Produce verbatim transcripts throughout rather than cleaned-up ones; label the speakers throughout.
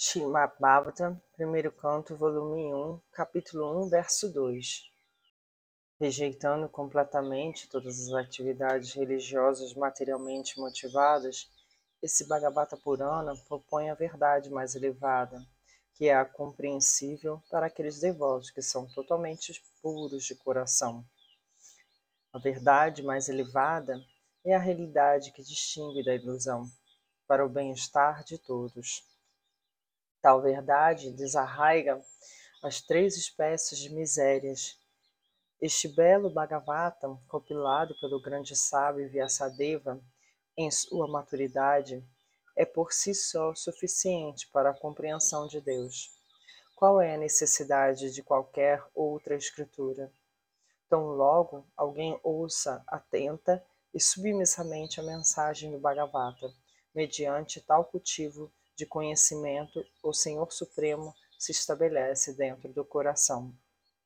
Speaker 1: Śrīmad Bhagavatam, primeiro canto, volume um, capítulo um, verso dois. Rejeitando completamente todas as atividades religiosas materialmente motivadas, esse Bhagavata Purana propõe a verdade mais elevada, que é a compreensível para aqueles devotos que são totalmente puros de coração. A verdade mais elevada é a realidade que distingue da ilusão, para o bem-estar de todos. Tal verdade desarraiga as três espécies de misérias. Este belo Bhagavatam, compilado pelo grande sábio Vyasadeva em sua maturidade, é por si só suficiente para a compreensão de Deus. Qual é a necessidade de qualquer outra escritura? Tão logo alguém ouça atenta e submissamente a mensagem do Bhagavata, mediante tal cultivo de conhecimento, o Senhor Supremo se estabelece dentro do coração.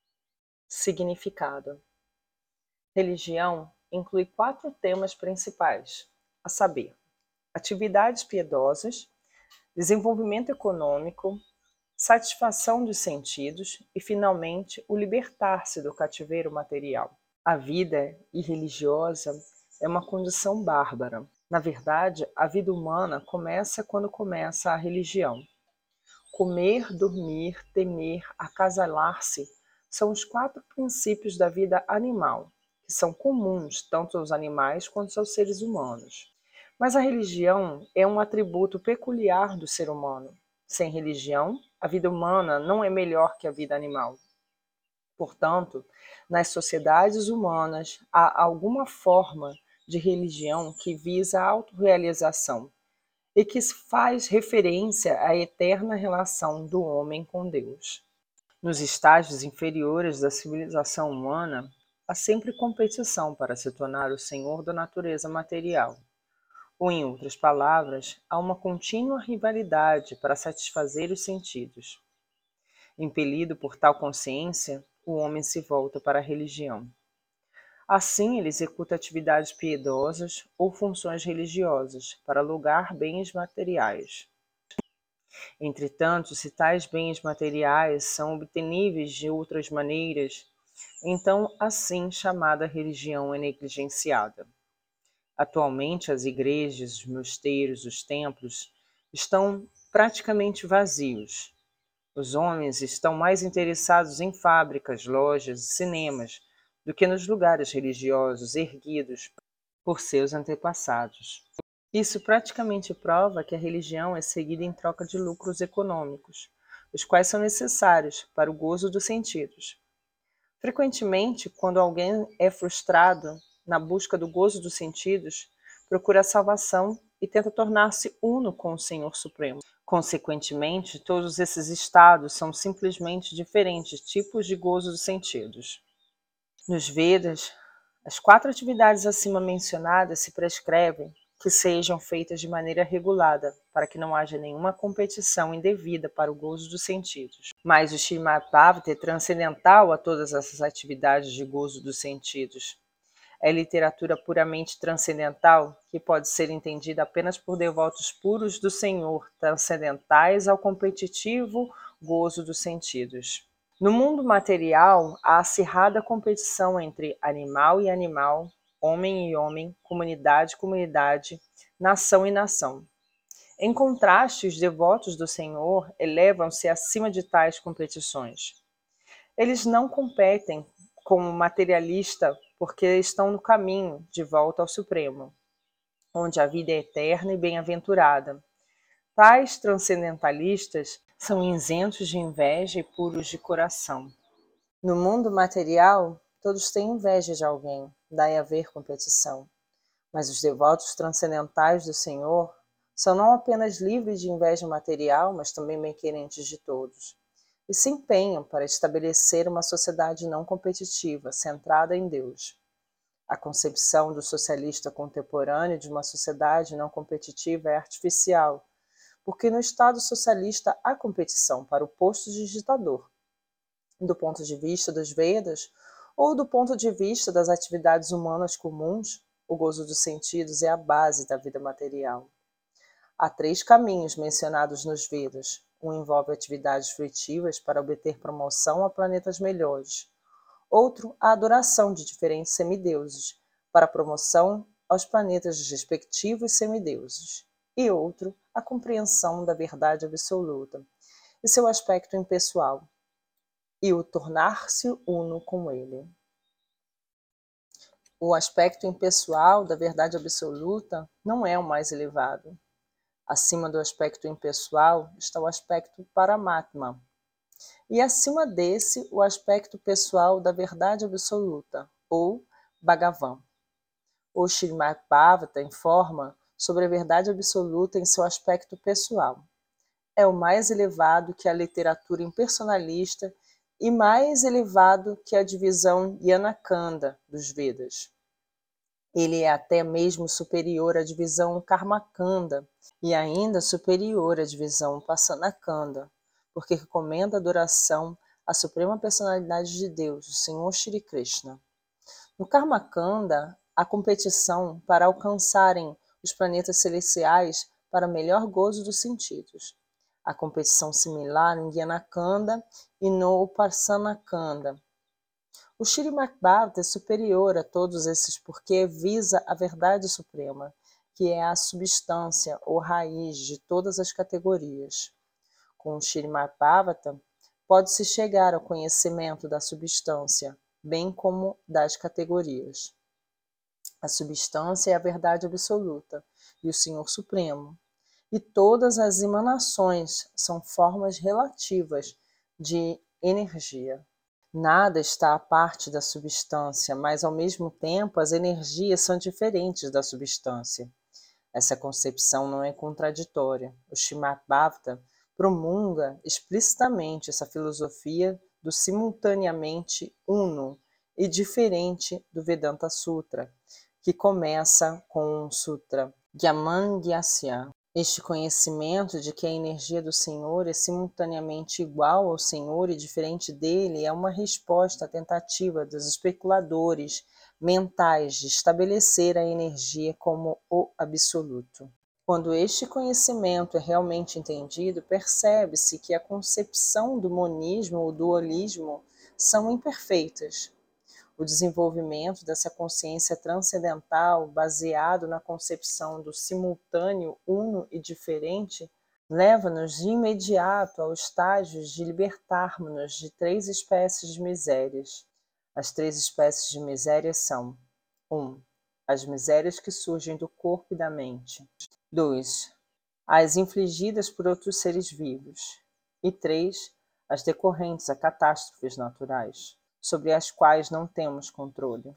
Speaker 1: Significado: religião inclui quatro temas principais, a saber, atividades piedosas, desenvolvimento econômico, satisfação dos sentidos e, finalmente, o libertar-se do cativeiro material. A vida irreligiosa é uma condição bárbara. Na verdade, a vida humana começa quando começa a religião. Comer, dormir, temer, acasalar-se são os quatro princípios da vida animal, que são comuns tanto aos animais quanto aos seres humanos. Mas a religião é um atributo peculiar do ser humano. Sem religião, a vida humana não é melhor que a vida animal. Portanto, nas sociedades humanas há alguma forma de religião que visa a autorrealização e que faz referência à eterna relação do homem com Deus. Nos estágios inferiores da civilização humana, há sempre competição para se tornar o senhor da natureza material. Ou, em outras palavras, há uma contínua rivalidade para satisfazer os sentidos. Impelido por tal consciência, o homem se volta para a religião. Assim, ele executa atividades piedosas ou funções religiosas para alugar bens materiais. Entretanto, se tais bens materiais são obteníveis de outras maneiras, então assim chamada religião é negligenciada. Atualmente, as igrejas, os mosteiros, os templos estão praticamente vazios. Os homens estão mais interessados em fábricas, lojas e cinemas do que nos lugares religiosos erguidos por seus antepassados. Isso praticamente prova que a religião é seguida em troca de lucros econômicos, os quais são necessários para o gozo dos sentidos. Frequentemente, quando alguém é frustrado na busca do gozo dos sentidos, procura a salvação e tenta tornar-se uno com o Senhor Supremo. Consequentemente, todos esses estados são simplesmente diferentes tipos de gozo dos sentidos. Nos Vedas, as quatro atividades acima mencionadas se prescrevem que sejam feitas de maneira regulada, para que não haja nenhuma competição indevida para o gozo dos sentidos. Mas o Śrīmad Bhagavatam é transcendental a todas essas atividades de gozo dos sentidos. É literatura puramente transcendental que pode ser entendida apenas por devotos puros do Senhor, transcendentais ao competitivo gozo dos sentidos. No mundo material, há acirrada competição entre animal e animal, homem e homem, comunidade e comunidade, nação e nação. Em contraste, os devotos do Senhor elevam-se acima de tais competições. Eles não competem como materialista porque estão no caminho de volta ao Supremo, onde a vida é eterna e bem-aventurada. Tais transcendentalistas são isentos de inveja e puros de coração. No mundo material, todos têm inveja de alguém, daí haver competição. Mas os devotos transcendentais do Senhor são não apenas livres de inveja material, mas também bem-querentes de todos, e se empenham para estabelecer uma sociedade não competitiva, centrada em Deus. A concepção do socialista contemporâneo de uma sociedade não competitiva é artificial, porque no Estado socialista há competição para o posto de ditador. Do ponto de vista dos Vedas, ou do ponto de vista das atividades humanas comuns, o gozo dos sentidos é a base da vida material. Há três caminhos mencionados nos Vedas: Um envolve atividades fruitivas para obter promoção a planetas melhores. Outro, a adoração de diferentes semideuses, para promoção aos planetas dos respectivos semideuses. E outro, a compreensão da verdade absoluta e seu aspecto impessoal, e o tornar-se uno com ele. O aspecto impessoal da verdade absoluta não é o mais elevado. Acima do aspecto impessoal está o aspecto Paramatma, e acima desse o aspecto pessoal da verdade absoluta, ou Bhagavan. O Srimad Bhagavata informa sobre a verdade absoluta em seu aspecto pessoal. É o mais elevado que a literatura impersonalista e mais elevado que a divisão Yanakanda dos Vedas. Ele é até mesmo superior à divisão Karmakanda e ainda superior à divisão Pasanakanda, porque recomenda adoração à suprema personalidade de Deus, o Senhor Shri Krishna. No Karmakanda, a competição para alcançarem os planetas celestiais para melhor gozo dos sentidos. A competição similar em Gyanakanda e no Upasanakanda. O Srimad Bhagavata é superior a todos esses porque visa a verdade suprema, que é a substância ou raiz de todas as categorias. Com o Srimad Bhagavata, pode-se chegar ao conhecimento da substância, bem como das categorias. A substância é a verdade absoluta e o Senhor Supremo, e todas as emanações são formas relativas de energia. Nada está à parte da substância, mas ao mesmo tempo as energias são diferentes da substância. Essa concepção não é contraditória. O Srimad Bhagavata promulga explicitamente essa filosofia do simultaneamente uno e diferente do Vedanta Sutra, que começa com o Sutra Gyamanyasya. Este conhecimento de que a energia do Senhor é simultaneamente igual ao Senhor e diferente dele é uma resposta à tentativa dos especuladores mentais de estabelecer a energia como o absoluto. Quando este conhecimento é realmente entendido, percebe-se que a concepção do monismo ou dualismo são imperfeitas. O desenvolvimento dessa consciência transcendental, baseado na concepção do simultâneo, uno e diferente, leva-nos de imediato ao estágio de libertarmos-nos de três espécies de misérias. As três espécies de misérias são: um. As misérias que surgem do corpo e da mente. dois. As infligidas por outros seres vivos. E três. As decorrentes a catástrofes naturais, sobre as quais não temos controle.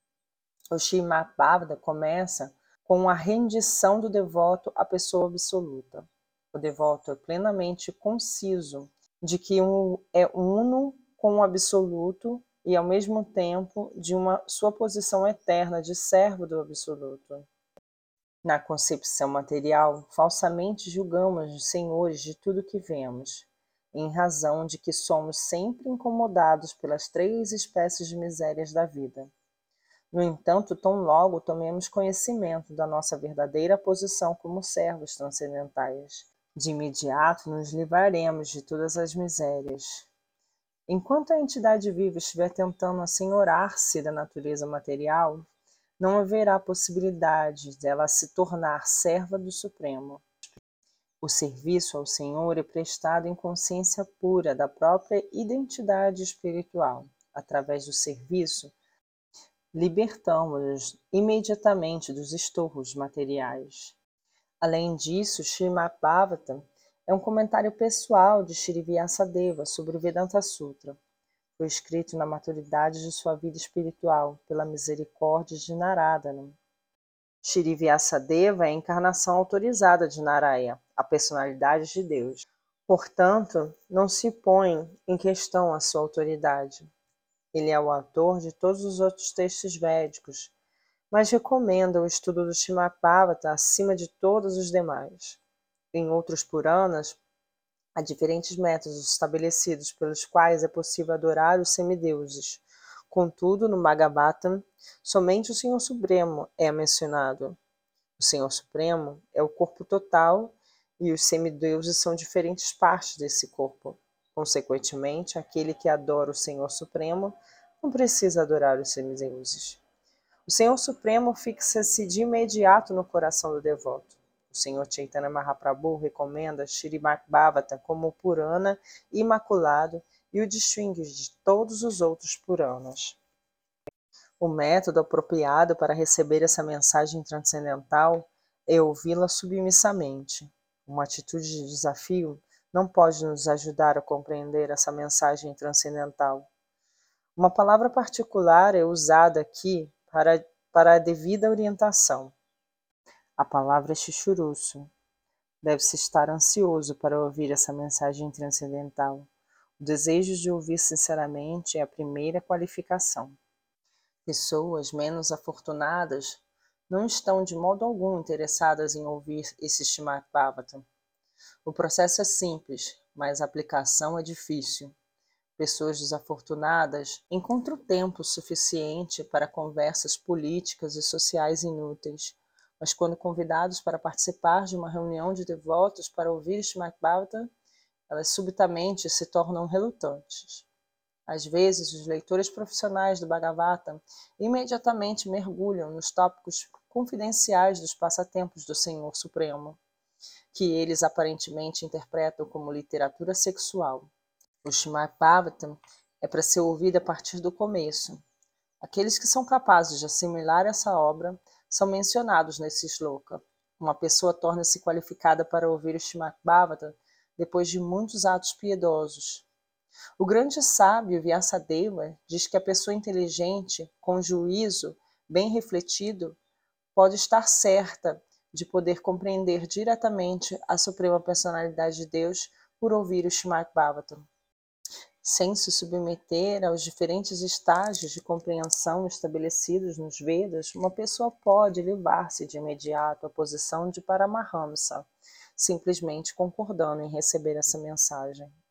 Speaker 1: O Srimad Bhagavata começa com a rendição do devoto à pessoa absoluta. O devoto é plenamente conciso de que é uno com o absoluto e, ao mesmo tempo, de uma sua posição eterna de servo do absoluto. Na concepção material, falsamente julgamos os senhores de tudo que vemos, em razão de que somos sempre incomodados pelas três espécies de misérias da vida. No entanto, tão logo tomemos conhecimento da nossa verdadeira posição como servos transcendentais, de imediato nos livraremos de todas as misérias. Enquanto a entidade viva estiver tentando assenhorar-se da natureza material, não haverá possibilidade dela se tornar serva do Supremo. O serviço ao Senhor é prestado em consciência pura da própria identidade espiritual. Através do serviço, libertamos-nos imediatamente dos estorvos materiais. Além disso, Srimad Bhagavata é um comentário pessoal de Shri Vyasadeva sobre o Vedanta Sutra. Foi escrito na maturidade de sua vida espiritual, pela misericórdia de Narada. Shri Vyasadeva é a encarnação autorizada de Narayana, a personalidade de Deus. Portanto, não se põe em questão a sua autoridade. Ele é o autor de todos os outros textos védicos, mas recomenda o estudo do Srimad Bhagavata acima de todos os demais. Em outros Puranas, há diferentes métodos estabelecidos pelos quais é possível adorar os semideuses. Contudo, no Bhagavatam, somente o Senhor Supremo é mencionado. O Senhor Supremo é o corpo total e os semideuses são diferentes partes desse corpo. Consequentemente, aquele que adora o Senhor Supremo não precisa adorar os semideuses. O Senhor Supremo fixa-se de imediato no coração do devoto. O Senhor Chaitanya Mahaprabhu recomenda Srimad Bhagavatam como Purana imaculado e o distingue de todos os outros Puranas. O método apropriado para receber essa mensagem transcendental é ouvi-la submissamente. Uma atitude de desafio não pode nos ajudar a compreender essa mensagem transcendental. Uma palavra particular é usada aqui para, para a devida orientação. A palavra é chuchuruço. Deve-se estar ansioso para ouvir essa mensagem transcendental. O desejo de ouvir sinceramente é a primeira qualificação. Pessoas menos afortunadas não estão de modo algum interessadas em ouvir esse Srimad Bhagavatam. O processo é simples, mas a aplicação é difícil. Pessoas desafortunadas encontram tempo suficiente para conversas políticas e sociais inúteis, mas quando convidados para participar de uma reunião de devotos para ouvir Srimad Bhagavatam, elas subitamente se tornam relutantes. Às vezes, os leitores profissionais do Bhagavatam imediatamente mergulham nos tópicos confidenciais dos passatempos do Senhor Supremo, que eles aparentemente interpretam como literatura sexual. O Srimad Bhagavatam é para ser ouvido a partir do começo. Aqueles que são capazes de assimilar essa obra são mencionados nesse shloka. Uma pessoa torna-se qualificada para ouvir o Srimad Bhagavatam depois de muitos atos piedosos. O grande sábio Vyasadeva diz que a pessoa inteligente, com juízo bem refletido, pode estar certa de poder compreender diretamente a Suprema Personalidade de Deus por ouvir o Srimad Bhagavatam. Sem se submeter aos diferentes estágios de compreensão estabelecidos nos Vedas, uma pessoa pode elevar-se de imediato à posição de Paramahamsa, simplesmente concordando em receber essa mensagem.